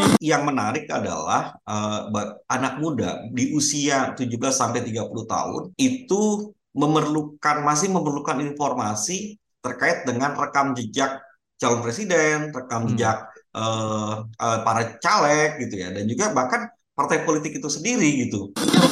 Yang menarik adalah anak muda di usia 17 sampai 30 tahun itu masih memerlukan informasi terkait dengan rekam jejak calon presiden, rekam Hmm. jejak para caleg gitu ya, dan juga bahkan partai politik itu sendiri gitu.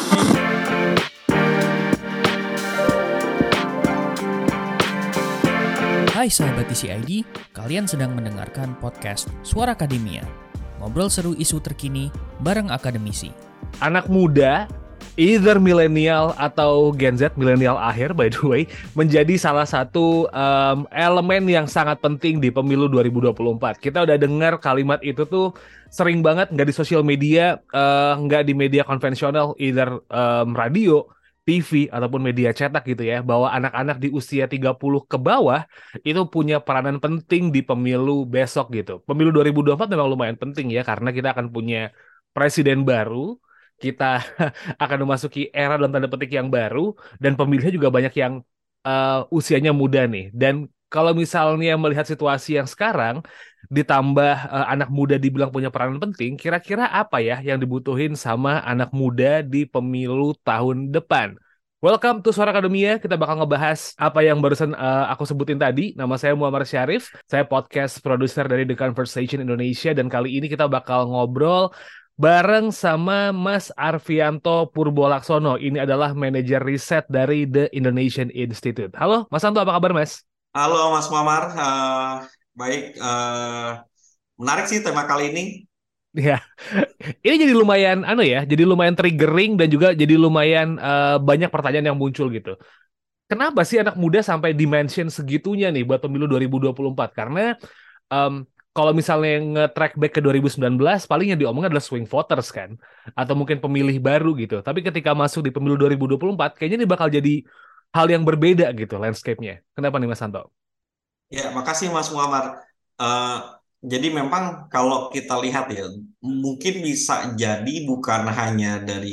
Hai sahabat TCID, kalian sedang mendengarkan podcast Suara Akademia. Ngobrol seru isu terkini bareng akademisi. Anak muda, either milenial atau Gen Z, milenial akhir by the way, menjadi salah satu elemen yang sangat penting di pemilu 2024. Kita udah dengar kalimat itu tuh sering banget, nggak di sosial media, nggak di media konvensional, either radio, TV, ataupun media cetak gitu ya, bahwa anak-anak di usia 30 ke bawah itu punya peranan penting di pemilu besok gitu. Pemilu 2024 memang lumayan penting ya, karena kita akan punya presiden baru, kita akan memasuki era dalam tanda petik yang baru, dan pemilihnya juga banyak yang usianya muda nih. Dan kalau misalnya melihat situasi yang sekarang, ditambah anak muda dibilang punya peranan penting, kira-kira apa ya yang dibutuhin sama anak muda di pemilu tahun depan? Welcome to Suara Akademia. Kita bakal ngebahas apa yang barusan aku sebutin tadi. Nama saya Muhammad Syarif. Saya podcast produser dari The Conversation Indonesia. Dan kali ini kita bakal ngobrol bareng sama Mas Arfianto Purbolaksono. Ini adalah manajer riset dari The Indonesian Institute. Halo, Mas Anto, apa kabar, Mas? Halo Mas Muammar. Baik, menarik sih tema kali ini. Ya, ini jadi lumayan, jadi lumayan triggering dan juga jadi lumayan banyak pertanyaan yang muncul gitu. Kenapa sih anak muda sampai dimension segitunya nih buat pemilu 2024? Karena kalau misalnya nge-track back ke 2019, paling yang diomongin adalah swing voters kan, atau mungkin pemilih baru gitu. Tapi ketika masuk di pemilu 2024, kayaknya ini bakal jadi hal yang berbeda gitu landscape-nya. Kenapa nih Mas Santo? Ya, makasih Mas Muammar. Eh, jadi memang kalau kita lihat ya, mungkin bisa jadi bukan hanya dari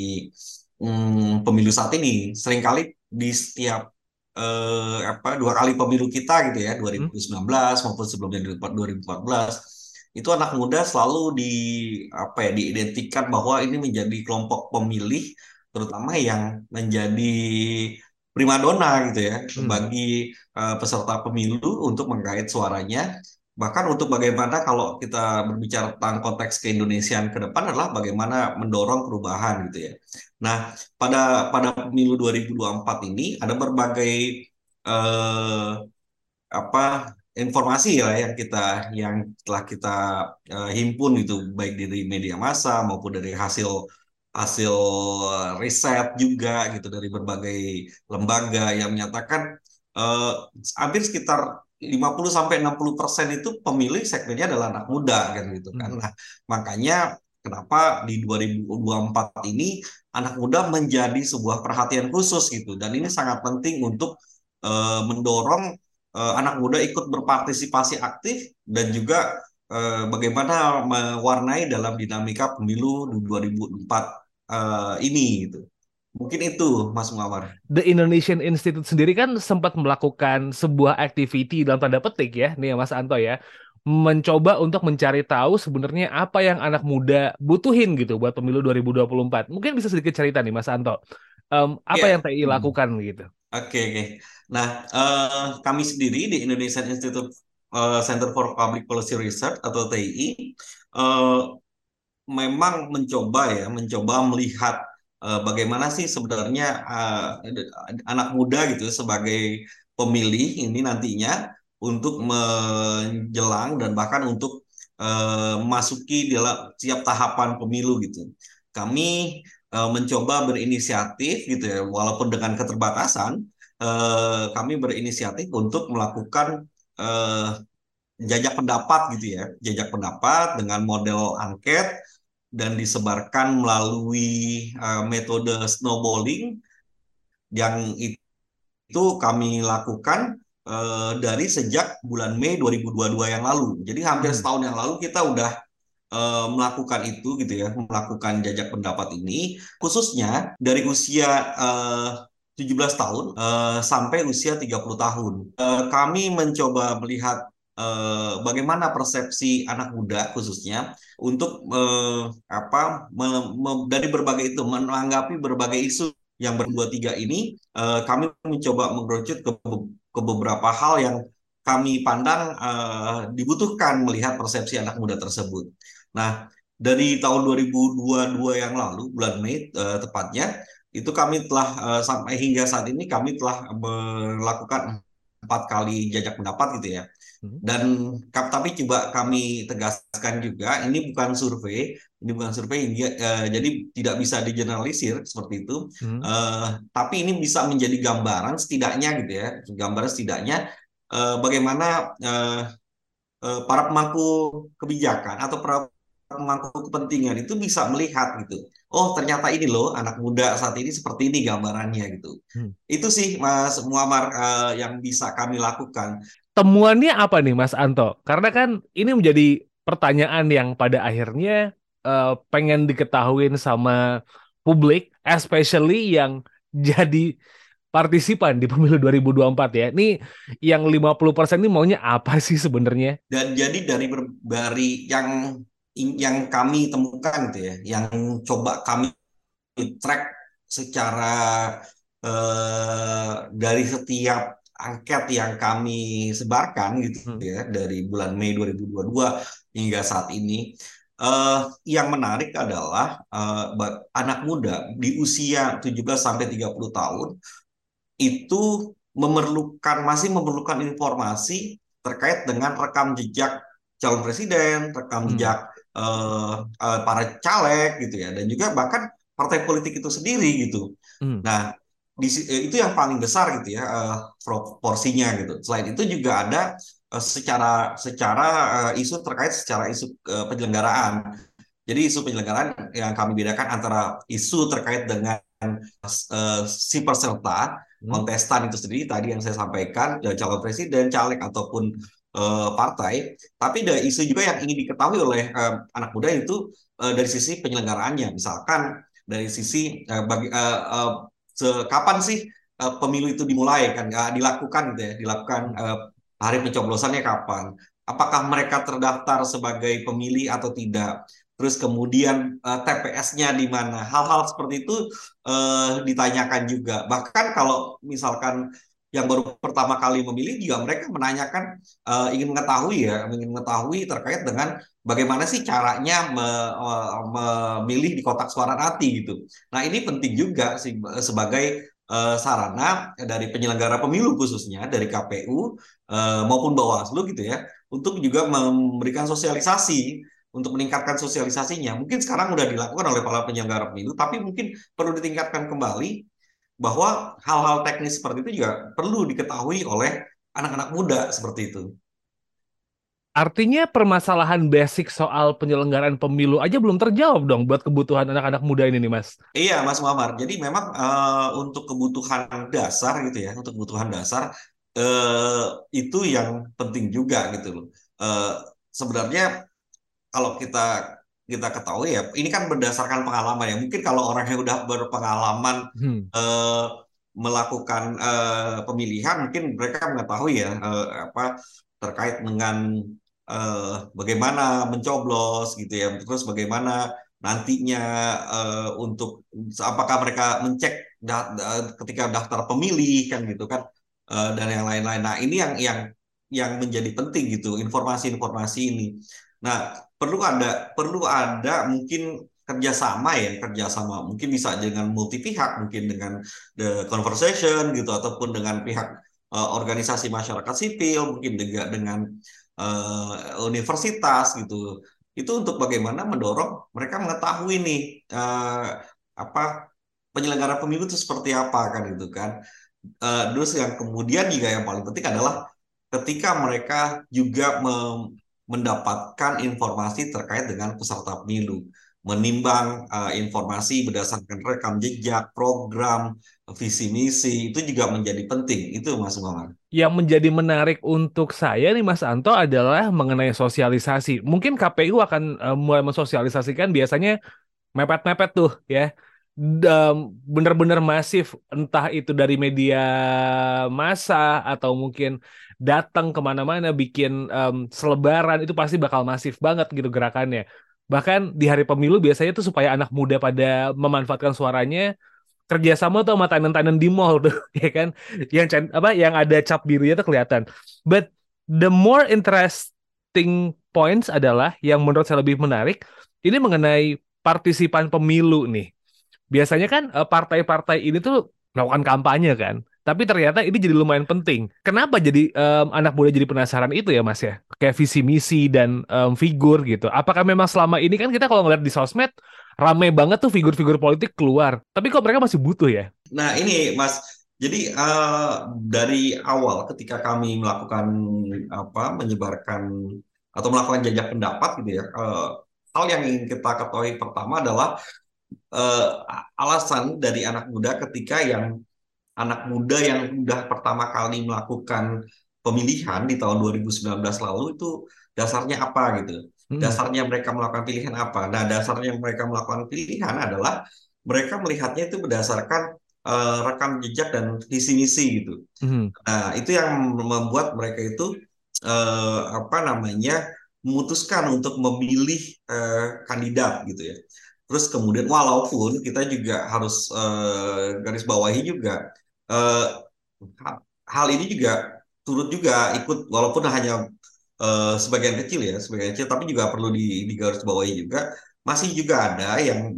pemilu saat ini. Seringkali di setiap 2 kali pemilu kita gitu ya, Hmm? 2019 maupun sebelumnya 2014, itu anak muda selalu diidentikan bahwa ini menjadi kelompok pemilih, terutama yang menjadi primadona gitu ya Hmm. bagi peserta pemilu untuk menggait suaranya. Bahkan untuk bagaimana kalau kita berbicara tentang konteks keindonesiaan ke depan adalah bagaimana mendorong perubahan gitu ya. Nah, pada pada pemilu 2024 ini ada berbagai eh, apa informasi ya yang telah kita himpun gitu, baik dari media massa maupun dari hasil hasil riset juga gitu dari berbagai lembaga yang menyatakan eh, hampir sekitar 50 sampai 60% itu pemilih segmennya adalah anak muda kan gitu kan. Hmm. Nah, makanya kenapa di 2024 ini anak muda menjadi sebuah perhatian khusus gitu, dan ini sangat penting untuk mendorong anak muda ikut berpartisipasi aktif dan juga bagaimana mewarnai dalam dinamika pemilu 2024 ini gitu. Mungkin itu Mas Muammar. The Indonesian Institute sendiri kan sempat melakukan sebuah activity dalam tanda petik ya, nih ya Mas Anto ya, mencoba untuk mencari tahu sebenarnya apa yang anak muda butuhin gitu buat pemilu 2024. Mungkin bisa sedikit cerita nih Mas Anto, apa yang Ya. TI lakukan gitu? Oke, oke. Nah, kami sendiri di Indonesian Institute Center for Public Policy Research atau TII eh, memang mencoba melihat bagaimana sih sebenarnya anak muda gitu sebagai pemilih ini nantinya untuk menjelang dan bahkan untuk memasuki dalam setiap tahapan pemilu gitu. Kami mencoba berinisiatif gitu ya, walaupun dengan keterbatasan, kami berinisiatif untuk melakukan eh, jajak pendapat gitu ya, jajak pendapat dengan model angket dan disebarkan melalui metode snowballing yang itu kami lakukan dari sejak bulan Mei 2022 yang lalu. Jadi hampir Hmm. setahun yang lalu kita udah melakukan itu gitu ya, melakukan jajak pendapat ini khususnya dari usia 17 tahun sampai usia 30 tahun. Kami mencoba melihat bagaimana persepsi anak muda khususnya untuk dari berbagai itu menanggapi berbagai isu yang berdua tiga ini, kami mencoba mengerucut ke beberapa hal yang kami pandang dibutuhkan melihat persepsi anak muda tersebut. Nah, dari tahun 2022 yang lalu, bulan Mei tepatnya, itu kami telah sampai hingga saat ini kami telah melakukan 4 kali jajak pendapat gitu ya. Hmm. Dan tapi coba kami tegaskan juga, ini bukan survei, jadi tidak bisa digeneralisir seperti itu. Tapi ini bisa menjadi gambaran setidaknya gitu ya, gambaran setidaknya bagaimana para pemangku kebijakan atau para pemangku kepentingan itu bisa melihat gitu. Oh, ternyata ini loh anak muda saat ini seperti ini gambarannya gitu. Hmm. Itu sih Mas Muammar yang bisa kami lakukan. Temuannya apa nih Mas Anto? Karena kan ini menjadi pertanyaan yang pada akhirnya pengen diketahuin sama publik, especially yang jadi partisipan di pemilu 2024 ya. Ini yang 50% ini maunya apa sih sebenarnya? Dan jadi dari yang kami temukan gitu ya, yang coba kami track secara dari setiap angket yang kami sebarkan gitu ya dari bulan Mei 2022 hingga saat ini, yang menarik adalah anak muda di usia 17 sampai 30 tahun itu masih memerlukan informasi terkait dengan rekam jejak calon presiden, rekam jejak para caleg gitu ya, dan juga bahkan partai politik itu sendiri gitu. Nah, itu yang paling besar gitu ya, proporsinya gitu. Selain itu juga ada secara isu terkait secara isu penyelenggaraan. Jadi isu penyelenggaraan yang kami bedakan antara isu terkait dengan si peserta kontestan itu sendiri tadi yang saya sampaikan, calon presiden, caleg ataupun partai, tapi ada isu juga yang ingin diketahui oleh anak muda itu dari sisi penyelenggaraannya, misalkan dari sisi kapan sih pemilu itu dimulai kan, dilakukan gitu ya, dilakukan hari pencoblosannya kapan, apakah mereka terdaftar sebagai pemilih atau tidak. Terus kemudian TPS-nya di mana, hal-hal seperti itu ditanyakan juga. Bahkan kalau misalkan yang baru pertama kali memilih juga mereka menanyakan, ingin mengetahui terkait dengan bagaimana sih caranya memilih di kotak suara nanti gitu. Nah, ini penting juga sih sebagai sarana dari penyelenggara pemilu khususnya dari KPU maupun Bawaslu gitu ya, untuk juga memberikan sosialisasi, untuk meningkatkan sosialisasinya. Mungkin sekarang sudah dilakukan oleh para penyelenggara pemilu, tapi mungkin perlu ditingkatkan kembali bahwa hal-hal teknis seperti itu juga perlu diketahui oleh anak-anak muda seperti itu. Artinya permasalahan basic soal penyelenggaraan pemilu aja belum terjawab dong buat kebutuhan anak-anak muda ini nih Mas. Iya Mas Muhammad, jadi memang untuk kebutuhan dasar gitu ya, untuk kebutuhan dasar itu yang penting juga gitu loh. Sebenarnya kalau kita ketahui ya, ini kan berdasarkan pengalaman ya. Mungkin kalau orang yang udah berpengalaman melakukan pemilihan, mungkin mereka mengetahui ya terkait dengan bagaimana mencoblos gitu ya. Terus bagaimana nantinya untuk apakah mereka mencek ketika daftar pemilih kan gitu kan, dan yang lain-lain. Nah, ini yang menjadi penting gitu, informasi-informasi ini. Nah, perlu ada mungkin kerjasama mungkin bisa dengan multi pihak, mungkin dengan the conversation gitu, ataupun dengan pihak organisasi masyarakat sipil, mungkin juga dengan universitas gitu. Itu untuk bagaimana mendorong mereka mengetahui nih apa penyelenggara pemilu itu seperti apa kan itu kan. Terus yang kemudian juga yang paling penting adalah ketika mereka juga mendapatkan informasi terkait dengan peserta pemilu, menimbang informasi berdasarkan rekam jejak, program, visi misi, itu juga menjadi penting. Itu Mas Muhammad. Yang menjadi menarik untuk saya nih Mas Anto adalah mengenai sosialisasi. Mungkin KPU akan mulai mensosialisasikan biasanya mepet-mepet tuh ya benar-benar masif, entah itu dari media massa atau mungkin datang kemana-mana bikin selebaran, itu pasti bakal masif banget gitu gerakannya. Bahkan di hari pemilu biasanya tuh supaya anak muda pada memanfaatkan suaranya, kerjasama tuh sama tenan-tenan di mall tuh, ya kan, yang ada cap birunya tuh kelihatan. But the more interesting points adalah yang menurut saya lebih menarik ini mengenai partisipan pemilu nih. Biasanya kan partai-partai ini tuh melakukan kampanye kan, tapi ternyata ini jadi lumayan penting. Kenapa jadi anak muda jadi penasaran itu ya Mas ya? Kayak visi misi dan figur gitu. Apakah memang selama ini kan kita kalau ngeliat di sosmed rame banget tuh figur-figur politik keluar, tapi kok mereka masih butuh ya? Nah, ini Mas, jadi dari awal ketika kami melakukan menyebarkan atau melakukan jajak pendapat gitu ya, hal yang ingin kita ketahui pertama adalah eh, alasan dari anak muda yang udah pertama kali melakukan pemilihan di tahun 2019 lalu itu dasarnya apa gitu. Mm-mm. Dasarnya mereka melakukan pilihan apa? Nah, dasarnya mereka melakukan pilihan adalah mereka melihatnya itu berdasarkan rekam jejak dan visi misi gitu. Mhm. Nah, itu yang membuat mereka itu memutuskan untuk memilih kandidat gitu ya. Terus kemudian walaupun kita juga harus garis bawahi juga eh, hal ini juga turut juga ikut walaupun hanya sebagian kecil, tapi juga perlu digarisbawahi juga masih juga ada yang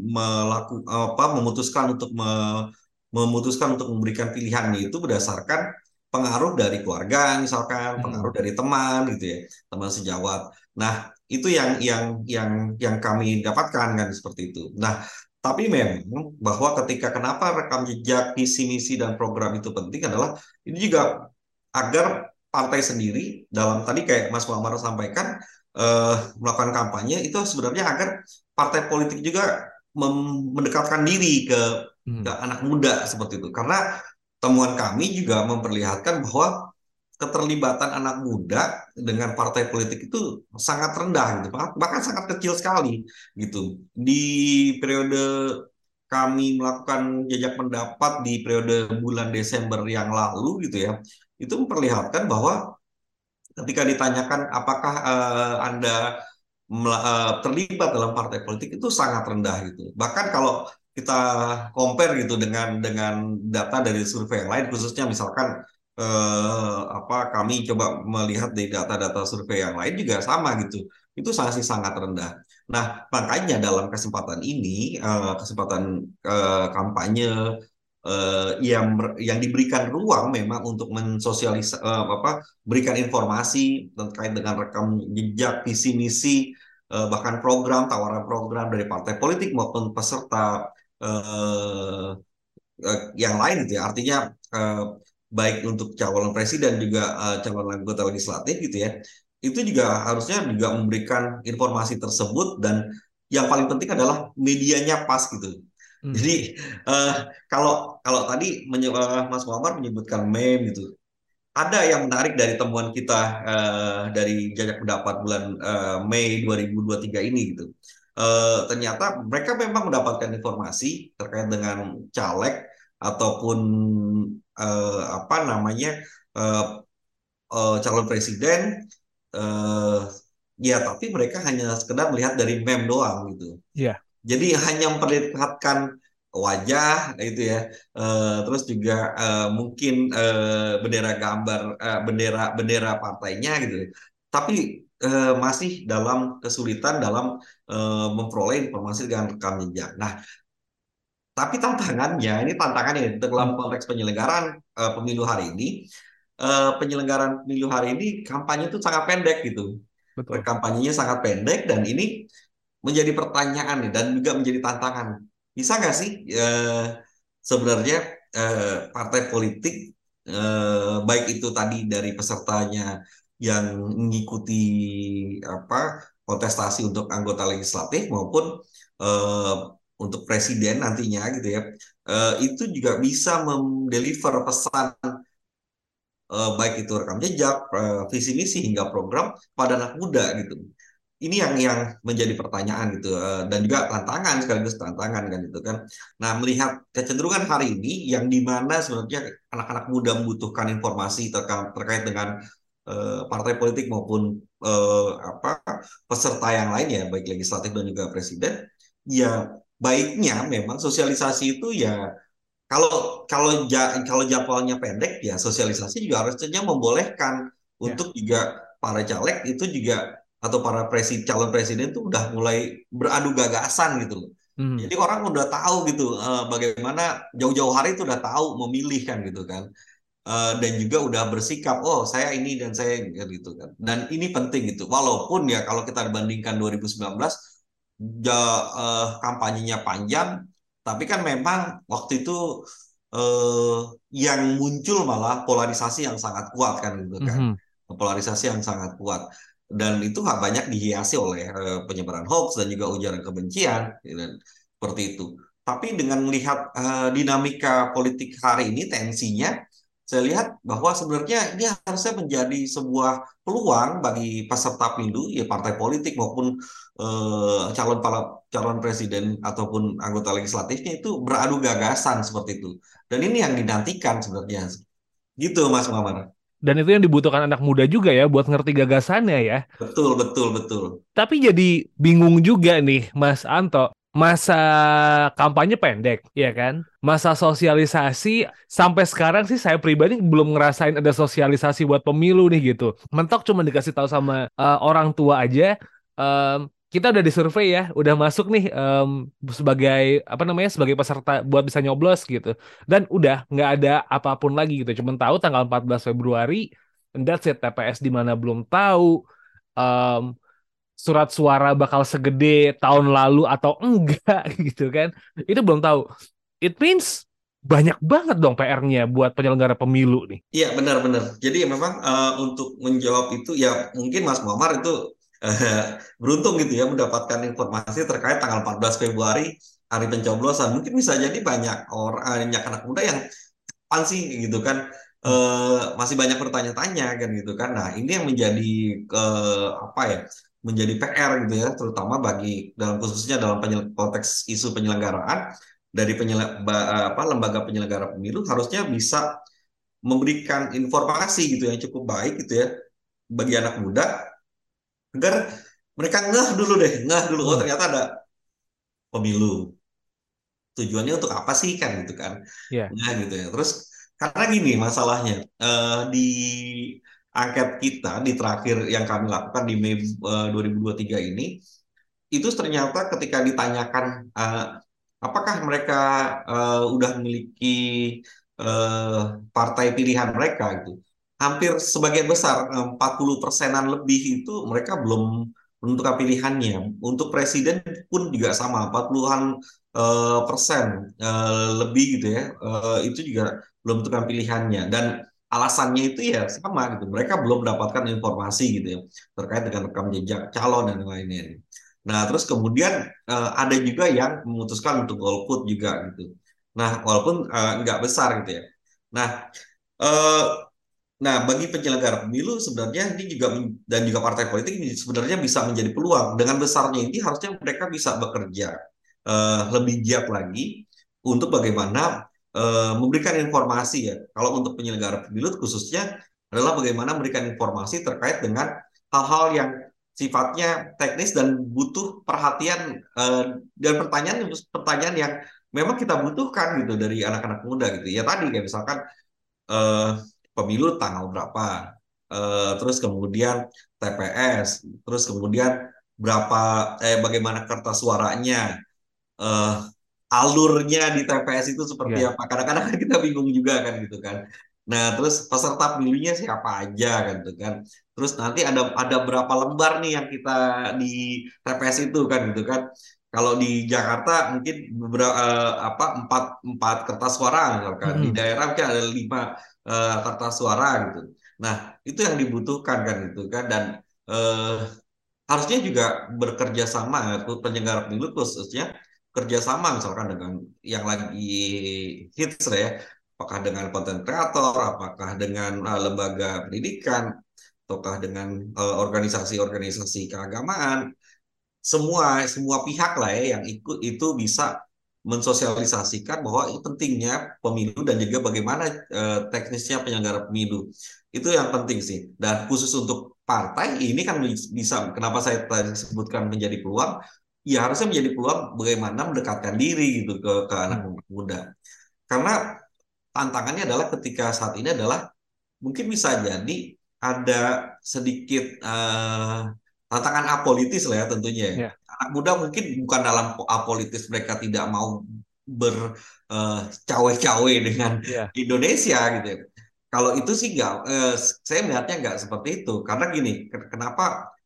memutuskan untuk memberikan pilihan itu berdasarkan pengaruh dari keluarga misalkan, pengaruh Mhm. dari teman gitu ya, teman sejawat. Nah, itu yang kami dapatkan kan seperti itu. Nah, tapi memang bahwa kenapa rekam jejak, visi misi dan program itu penting adalah ini juga agar partai sendiri dalam tadi kayak Mas Muhammad sampaikan melakukan kampanye itu sebenarnya agar partai politik juga mendekatkan diri ke Mhm. anak muda seperti itu. Karena temuan kami juga memperlihatkan bahwa keterlibatan anak muda dengan partai politik itu sangat rendah gitu, bahkan sangat kecil sekali gitu. Di periode kami melakukan jajak pendapat di periode bulan Desember yang lalu gitu ya, itu memperlihatkan bahwa ketika ditanyakan apakah Anda terlibat dalam partai politik itu sangat rendah gitu. Bahkan kalau kita compare gitu dengan data dari survei yang lain, khususnya misalkan kami coba melihat di data-data survei yang lain juga sama gitu. Itu masih sangat rendah. Nah, makanya dalam kesempatan ini, kesempatan kampanye yang diberikan ruang memang untuk berikan informasi terkait dengan rekam jejak, visi misi, bahkan tawaran program dari partai politik maupun peserta yang lain gitu ya. Artinya eh, baik untuk calon presiden juga calon anggota legislatif gitu ya. Itu juga harusnya juga memberikan informasi tersebut dan yang paling penting adalah medianya pas gitu. Mhm. Jadi eh, kalau kalau tadi Mas Muhammad menyebutkan meme gitu, ada yang menarik dari temuan kita dari jajak pendapat bulan Mei 2023 ini gitu. Ternyata mereka memang mendapatkan informasi terkait dengan caleg ataupun eh, calon presiden, eh, ya tapi mereka hanya sekedar melihat dari meme doang gitu. Iya. Jadi hanya memperlihatkan wajah itu ya, terus juga mungkin bendera gambar bendera bendera partainya gitu. Tapi masih dalam kesulitan dalam memperoleh informasi dengan rekam jejak. Nah, tapi ini tantangannya dalam Mhm. konteks penyelenggaraan pemilu hari ini. Penyelenggaraan pemilu hari ini kampanye itu sangat pendek gitu. Betul. Kampanyenya sangat pendek dan ini menjadi pertanyaan nih dan juga menjadi tantangan. Bisa nggak sih sebenarnya partai politik baik itu tadi dari pesertanya yang mengikuti kontestasi untuk anggota legislatif maupun eh, untuk presiden nantinya gitu ya, itu juga bisa mendeliver pesan baik itu rekam jejak, visi misi hingga program pada anak muda gitu. ini yang menjadi pertanyaan gitu, dan juga tantangan, sekaligus tantangan kan gitu kan. Nah, melihat kecenderungan hari ini yang dimana sebenarnya anak-anak muda membutuhkan informasi terkait dengan partai politik maupun apa peserta yang lain ya, baik legislatif dan juga presiden, ya baiknya memang sosialisasi itu ya kalau jadwalnya pendek ya sosialisasi juga harusnya membolehkan Ya. untuk juga para caleg itu juga atau para calon presiden itu udah mulai beradu gagasan gitu loh. Hmm. Jadi orang udah tahu gitu bagaimana jauh-jauh hari itu udah tahu memilih kan gitu kan. Dan juga udah bersikap oh saya ini dan saya gitu kan. Dan ini penting gitu. Walaupun ya kalau kita bandingkan 2019 kampanyenya panjang, tapi kan memang waktu itu eh, yang muncul malah polarisasi yang sangat kuat kan gitu kan, Mhm. polarisasi yang sangat kuat dan itu banyak dihiasi oleh penyebaran hoax dan juga ujaran kebencian dan seperti itu. Tapi dengan melihat dinamika politik hari ini tensinya, saya lihat bahwa sebenarnya ini harusnya menjadi sebuah peluang bagi peserta pemilu, ya partai politik maupun calon presiden ataupun anggota legislatifnya itu beradu gagasan seperti itu. Dan ini yang dinantikan sebenarnya. Gitu Mas Muhammad. Dan itu yang dibutuhkan anak muda juga ya buat ngerti gagasannya ya. Betul, betul, betul. Tapi jadi bingung juga nih Mas Anto. Masa kampanye pendek, ya kan? Masa sosialisasi sampai sekarang sih saya pribadi belum ngerasain ada sosialisasi buat pemilu nih gitu. Mentok cuma dikasih tahu sama orang tua aja. em, kita udah disurvei ya, udah masuk nih sebagai apa namanya sebagai peserta buat bisa nyoblos gitu. Dan udah nggak ada apapun lagi gitu. Cuma tahu tanggal 14 Februari, and that's it. TPS di mana belum tahu. Em, Surat suara bakal segede tahun lalu atau enggak gitu kan. Itu belum tahu. It means banyak banget dong PR-nya buat penyelenggara pemilu nih. Iya, benar-benar. Jadi memang untuk menjawab itu ya mungkin Mas Muhammad itu eh, beruntung gitu ya mendapatkan informasi terkait tanggal 14 Februari hari pencoblosan. Mungkin bisa jadi banyak orang, banyak anak muda yang kapan sih gitu kan Hmm. masih banyak bertanya-tanya kan gitu kan. Nah, ini yang menjadi apa ya? Menjadi PR gitu ya, terutama bagi dalam khususnya dalam konteks isu penyelenggaraan dari lembaga penyelenggara pemilu harusnya bisa memberikan informasi gitu yang cukup baik gitu ya bagi anak muda agar mereka ngeh dulu oh Hmm. ternyata ada pemilu. Tujuannya untuk apa sih kan gitu kan. Ya. Nah gitu ya. Terus karena gini masalahnya di angket kita di terakhir yang kami lakukan di Mei 2023 ini itu ternyata ketika ditanyakan apakah mereka udah memiliki eh, partai pilihan mereka gitu. Hampir sebagian besar 40 persenan lebih itu mereka belum menentukan pilihannya. Untuk presiden pun juga sama 40-an persen lebih gitu ya. Itu juga belum menentukan pilihannya dan alasannya itu ya sama gitu. Mereka belum mendapatkan informasi gitu ya terkait dengan rekam jejak calon dan lain-lainnya. Nah, terus kemudian ada juga yang memutuskan untuk golput juga gitu. Nah, walaupun nggak besar gitu ya. Nah, eh, nah bagi penyelenggara pemilu sebenarnya ini juga dan juga partai politik ini sebenarnya bisa menjadi peluang. Dengan besarnya ini harusnya mereka bisa bekerja lebih giat lagi untuk bagaimana memberikan informasi ya. Kalau untuk penyelenggara pemilu khususnya adalah bagaimana memberikan informasi terkait dengan hal-hal yang sifatnya teknis dan butuh perhatian dan pertanyaan yang memang kita butuhkan gitu dari anak-anak muda gitu. Ya tadi kayak misalkan eh, pemilu tanggal berapa, terus kemudian TPS, terus kemudian berapa bagaimana kertas suaranya, eh, alurnya di TPS itu seperti Ya. apa. Kadang-kadang kan kita bingung juga kan gitu kan. Nah, terus peserta pemilihnya siapa aja kan gitu kan. Terus nanti ada berapa lembar nih yang kita di TPS itu kan gitu kan. Kalau di Jakarta mungkin beberapa apa empat kertas suara misalkan di Mm-mm. daerah mungkin ada 5 kertas suara gitu. Nah, itu yang dibutuhkan kan gitu kan dan eh, harusnya juga bekerja sama penyelenggara pemilu khususnya kerjasama misalkan dengan yang lagi hits ya, apakah dengan konten kreator, apakah dengan lembaga pendidikan, ataukah dengan organisasi-organisasi keagamaan, semua pihak lah ya yang ikut itu bisa mensosialisasikan bahwa ini pentingnya pemilu dan juga bagaimana teknisnya penyelenggara pemilu. Itu yang penting sih. Dan khusus untuk partai ini kan bisa, kenapa saya tadi sebutkan menjadi peluang, ya harusnya menjadi peluang bagaimana mendekatkan diri gitu ke anak muda. Karena tantangannya adalah ketika saat ini adalah mungkin bisa jadi ada sedikit tantangan apolitis lah ya tentunya, ya. Ya, Anak muda mungkin bukan dalam apolitis, mereka tidak mau bercawe-cawe dengan ya, Indonesia gitu ya. Kalau itu sih nggak, saya melihatnya nggak seperti itu. Karena gini, kenapa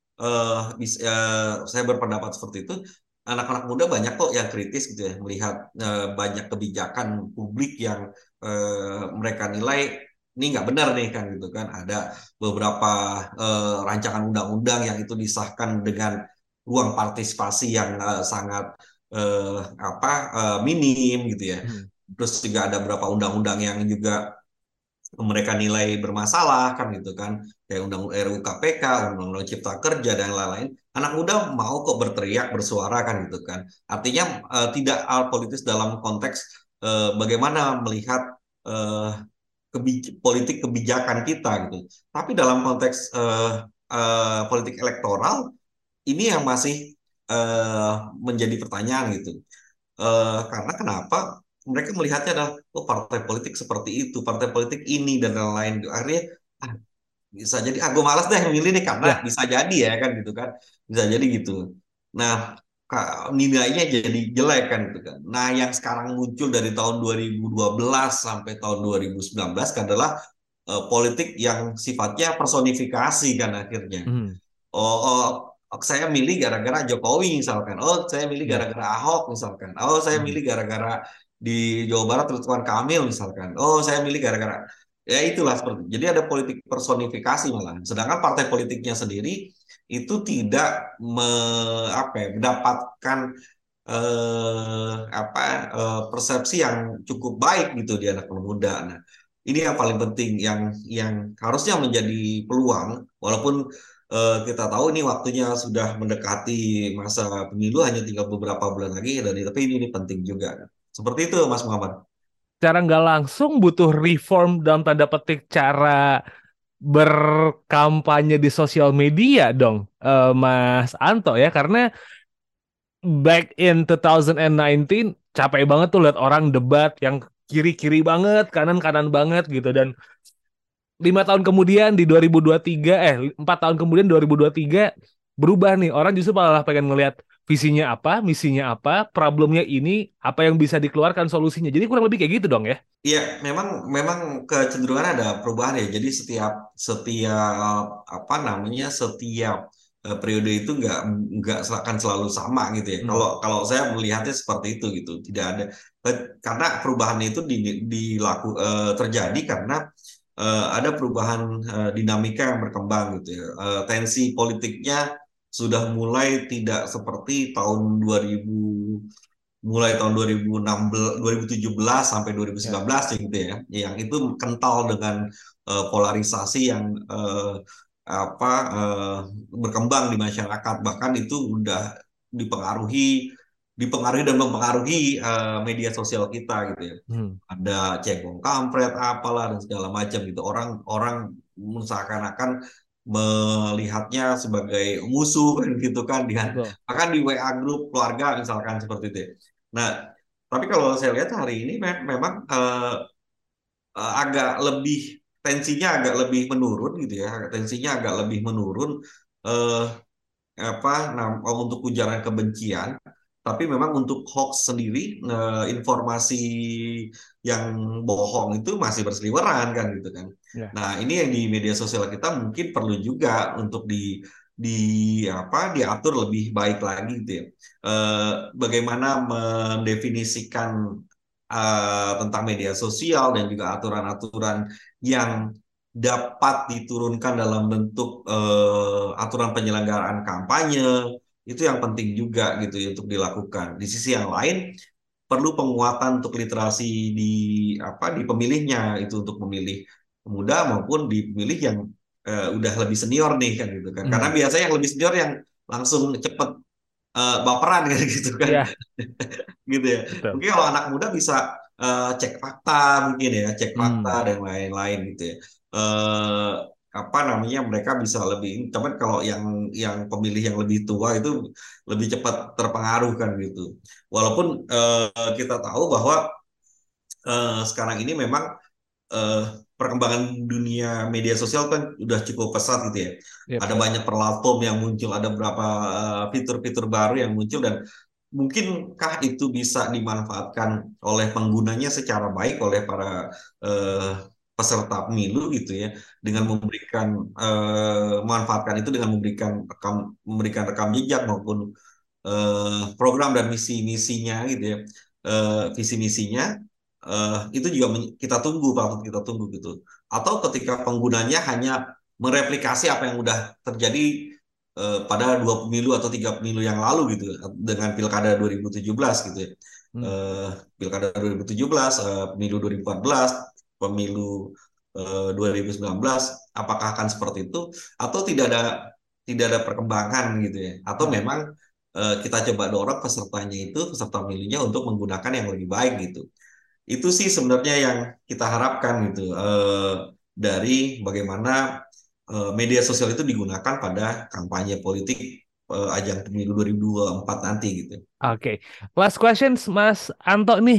saya berpendapat seperti itu? Anak-anak muda banyak kok yang kritis gitu ya, melihat banyak kebijakan publik yang mereka nilai ini nggak benar nih kan gitu kan. Ada beberapa rancangan undang-undang yang itu disahkan dengan ruang partisipasi yang sangat minim gitu ya. hmm, Terus juga ada beberapa undang-undang yang juga mereka nilai bermasalah kan gitu kan, kayak undang-undang RUU KPK, undang-undang Cipta Kerja dan lain-lain. Anak muda mau kok berteriak, bersuara kan gitu kan. Artinya tidak politis dalam konteks bagaimana melihat eh, politik kebijakan kita gitu. Tapi dalam konteks politik elektoral ini yang masih menjadi pertanyaan gitu. Karena kenapa mereka melihatnya adalah oh partai politik seperti itu, partai politik ini dan lain-lain. Akhirnya ah, bisa jadi aku malas deh milih nih karena ya. bisa jadi ya kan gitu kan, bisa jadi gitu. Nah, nilainya jadi jelek kan gitu kan. Nah, yang sekarang muncul dari tahun 2012 sampai tahun 2019 adalah politik yang sifatnya personifikasi kan akhirnya. Hmm, Saya milih gara-gara Jokowi misalkan. Oh, saya milih ya. gara-gara Ahok misalkan. Oh, saya Hmm. milih gara-gara di Jawa Barat Ridwan Kamil misalkan. Oh, saya milih gara-gara, ya itulah seperti. Jadi ada politik personifikasi malah. Sedangkan partai politiknya sendiri itu tidak mendapatkan persepsi yang cukup baik gitu di anak muda. Nah, ini yang paling penting yang harusnya menjadi peluang, walaupun kita tahu ini waktunya sudah mendekati masa pemilu, hanya tinggal beberapa bulan lagi, dan tapi ini penting juga. Seperti itu, Mas Muhammad. Cara nggak langsung butuh reform dalam tanda petik cara berkampanye di sosial media dong, Mas Anto ya, karena back in 2019 capek banget tuh lihat orang debat yang kiri-kiri banget, kanan-kanan banget gitu, dan 5 tahun kemudian di 2023, 4 tahun kemudian 2023 berubah nih, orang justru malah pengen ngelihat visinya apa, misinya apa, problemnya ini, apa yang bisa dikeluarkan solusinya. Jadi kurang lebih kayak gitu dong ya. Iya, memang memang kecenderungan ada perubahan ya. Jadi setiap setiap setiap periode itu nggak akan selalu sama gitu ya. Hmm. Kalau kalau saya melihatnya seperti itu gitu. Tidak ada karena perubahan itu terjadi karena ada perubahan dinamika yang berkembang gitu ya. Tensi politiknya sudah mulai tidak seperti mulai tahun 2016, 2017 sampai Ya. 2019 gitu ya, yang itu kental dengan polarisasi yang apa eh, berkembang di masyarakat, bahkan itu udah dipengaruhi dipengaruhi dan mempengaruhi media sosial kita gitu ya. Hmm. Ada cebong kampret apalah dan segala macam gitu, orang-orang seakan-akan melihatnya sebagai musuh kan gitu kan, Betul. bahkan di WA grup keluarga misalkan seperti itu ya. Nah, tapi kalau saya lihat hari ini memang agak lebih, tensinya agak lebih menurun gitu ya, tensinya agak lebih menurun, eh, untuk ujaran kebencian, tapi memang untuk hoax sendiri, informasi yang bohong itu masih berseliweran kan gitu kan. Ya. Nah, ini yang di media sosial kita mungkin perlu juga untuk di diatur lebih baik lagi gitu ya. Bagaimana mendefinisikan tentang media sosial dan juga aturan-aturan yang dapat diturunkan dalam bentuk aturan penyelenggaraan kampanye, itu yang penting juga gitu ya untuk dilakukan. Di sisi yang lain perlu penguatan untuk literasi di di pemilihnya, itu untuk memilih muda maupun di pemilih yang udah lebih senior nih kan gitu kan. Karena Hmm. biasanya yang lebih senior yang langsung cepet baperan kan gitu kan. Ya, Gitu ya. betul. Mungkin kalau anak muda bisa cek fakta mungkin ya, cek fakta Hmm. dan lain-lain gitu ya. Eh apa namanya mereka bisa lebih, cuman kalau yang pemilih yang lebih tua itu lebih cepat terpengaruh kan gitu. Walaupun kita tahu bahwa sekarang ini memang eh, perkembangan dunia media sosial kan udah cukup pesat gitu ya. Yep. Ada banyak platform yang muncul, ada beberapa fitur-fitur baru yang muncul dan mungkinkah itu bisa dimanfaatkan oleh penggunanya secara baik oleh para eh, peserta pemilu gitu ya, dengan Hmm. memanfaatkan itu dengan memberikan rekam jejak maupun program dan misi-misinya gitu ya, visi misinya itu juga kita tunggu, patut kita tunggu gitu. Atau ketika penggunanya hanya mereplikasi apa yang udah terjadi pada 2 pemilu atau 3 pemilu yang lalu gitu dengan Pilkada 2017 gitu ya. Hmm. Eh, Pilkada 2017, pemilu 2014, pemilu 2019, apakah akan seperti itu atau tidak ada perkembangan gitu ya? Atau Hmm. memang kita coba dorong peserta pemilunya untuk menggunakan yang lebih baik gitu. Itu sih sebenarnya yang kita harapkan gitu dari bagaimana media sosial itu digunakan pada kampanye politik ajang pemilu 2024 nanti gitu. Oke, last questions Mas Anto nih.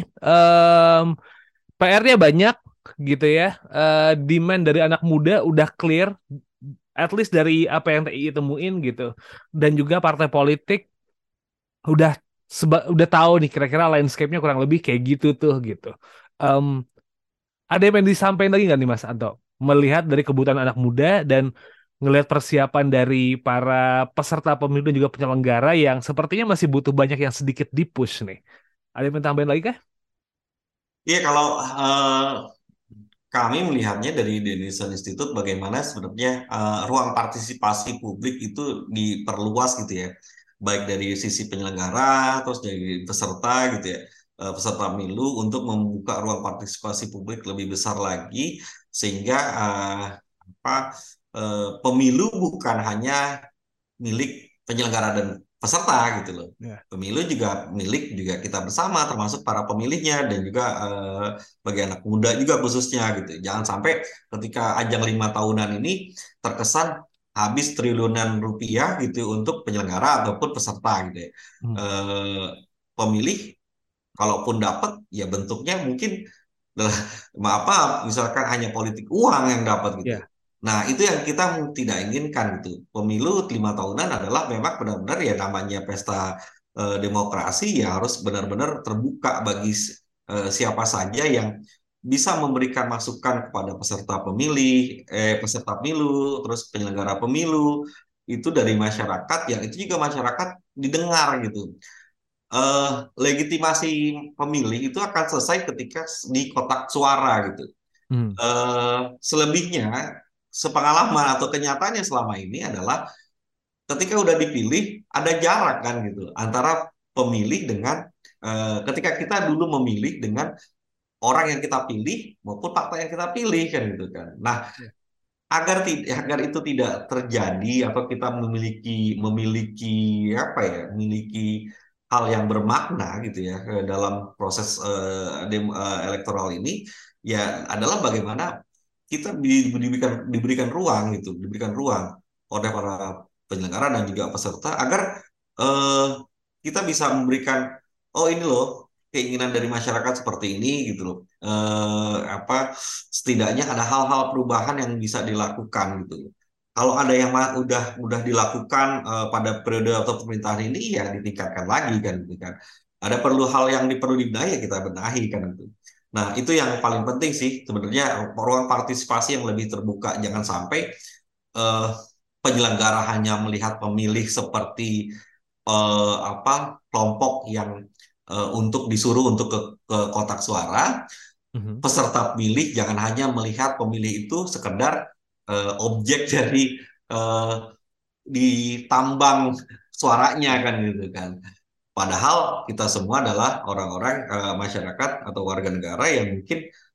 PR-nya banyak gitu ya. Demand dari anak muda udah clear, at least dari apa yang TI temuin gitu. Dan juga partai politik udah udah tahu nih kira-kira landscape-nya kurang lebih kayak gitu tuh gitu. Em, ada yang pengen disampaikan lagi nggak nih Mas Anto? Melihat dari kebutuhan anak muda dan ngelihat persiapan dari para peserta pemilu dan juga penyelenggara yang sepertinya masih butuh banyak yang sedikit di-push nih. Ada yang pengen tambahin lagi kah? Iya, kalau kami melihatnya dari Indonesian Institute bagaimana sebenarnya ruang partisipasi publik itu diperluas gitu ya, baik dari sisi penyelenggara terus dari peserta gitu ya, peserta pemilu untuk membuka ruang partisipasi publik lebih besar lagi sehingga apa pemilu bukan hanya milik penyelenggara dan peserta gitu loh. Ya. Pemilu juga milik juga kita bersama, termasuk para pemilihnya dan juga bagi anak muda juga khususnya gitu. Jangan sampai ketika ajang 5 tahunan ini terkesan habis triliunan rupiah gitu untuk penyelenggara ataupun peserta gitu ya. Hmm. Eh, Pemilih kalaupun dapat ya bentuknya mungkin maaf maaf misalkan hanya politik uang yang dapat gitu. Ya. Nah itu yang kita tidak inginkan gitu. Pemilu 5 tahunan adalah memang benar-benar ya namanya pesta demokrasi ya harus benar-benar terbuka bagi siapa saja yang bisa memberikan masukan kepada peserta pemilu, terus penyelenggara pemilu itu dari masyarakat yang itu juga masyarakat didengar gitu. eh, Legitimasi pemilih itu akan selesai ketika di kotak suara gitu. Hmm. Selebihnya, sepengalaman atau kenyataannya selama ini adalah ketika udah dipilih ada jarak kan gitu antara pemilih dengan ketika kita dulu memilih dengan orang yang kita pilih maupun partai yang kita pilih kan gitu kan. Nah, Ya. agar itu tidak terjadi atau kita memiliki memiliki apa ya memiliki hal yang bermakna gitu ya dalam proses elektoral ini ya adalah bagaimana kita diberikan ruang gitu diberikan ruang oleh para penyelenggara dan juga peserta agar eh, kita bisa memberikan oh ini loh keinginan dari masyarakat seperti ini gitu loh apa setidaknya ada hal-hal perubahan yang bisa dilakukan gitu. Kalau ada yang udah dilakukan pada periode atau pemerintahan ini ya ditingkatkan lagi kan gitu kan. Ada hal yang perlu dibenahi ya kita benahi kan itu. Nah, itu yang paling penting sih sebenarnya ruang partisipasi yang lebih terbuka. Jangan sampai eh, penyelenggara hanya melihat pemilih seperti kelompok yang untuk disuruh untuk ke kotak suara, Mhm. peserta pemilih jangan hanya melihat pemilih itu sekedar objek dari eh, ditambang suaranya kan gitu kan. Padahal kita semua adalah orang-orang masyarakat atau warga negara yang mungkin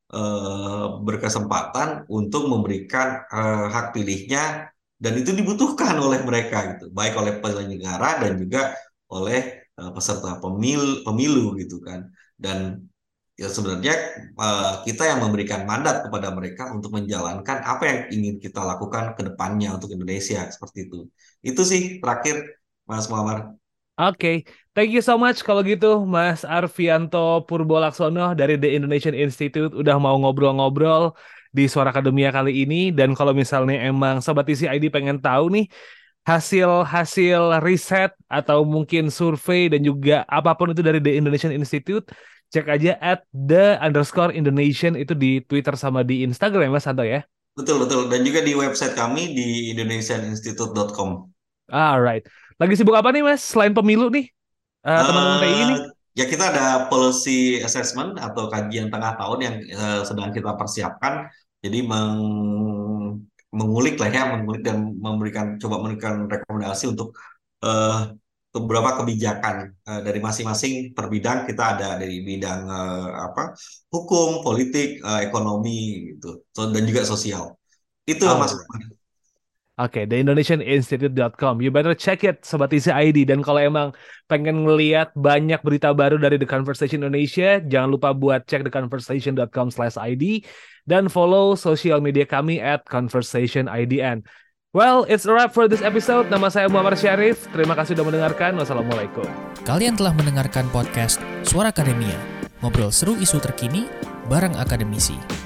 berkesempatan untuk memberikan hak pilihnya, dan itu dibutuhkan oleh mereka gitu, baik oleh penyelenggara dan juga oleh peserta pemilu gitu kan. Dan ya sebenarnya kita yang memberikan mandat kepada mereka untuk menjalankan apa yang ingin kita lakukan ke depannya untuk Indonesia seperti itu. Itu sih terakhir, Mas Muhammad. Oke, thank you so much kalau gitu Mas Arfianto Purbolaksono dari The Indonesian Institute udah mau ngobrol-ngobrol di Suara Akademia kali ini. Dan kalau misalnya emang Sobat TCID pengen tahu nih hasil-hasil riset atau mungkin survei dan juga apapun itu dari The Indonesian Institute, cek aja at @the_Indonesian itu di Twitter sama di Instagram ya Mas Santo ya. Betul, betul. Dan juga di website kami di indonesianinstitute.com. Alright. Lagi sibuk apa nih Mas selain pemilu nih? Teman-teman TI ini? eh Ya, kita ada policy assessment atau kajian tengah tahun yang sedang kita persiapkan. Jadi mengulik lah ya, mengulik dan coba memberikan rekomendasi untuk eh, beberapa kebijakan dari masing-masing per bidang. Kita ada dari bidang hukum, politik, ekonomi gitu, dan juga sosial. Itu Mas. Oke, theindonesianinstitute.com. You better check it, Sobat Isi ID. Dan kalau emang pengen ngeliat banyak berita baru dari The Conversation Indonesia, jangan lupa buat cek theconversation.com/id dan follow sosial media kami @conversationidn. Well, it's a wrap for this episode. Nama saya Muhammad Syarif. Terima kasih sudah mendengarkan. Wassalamualaikum. Kalian telah mendengarkan podcast Suara Akademia, ngobrol seru isu terkini bareng akademisi.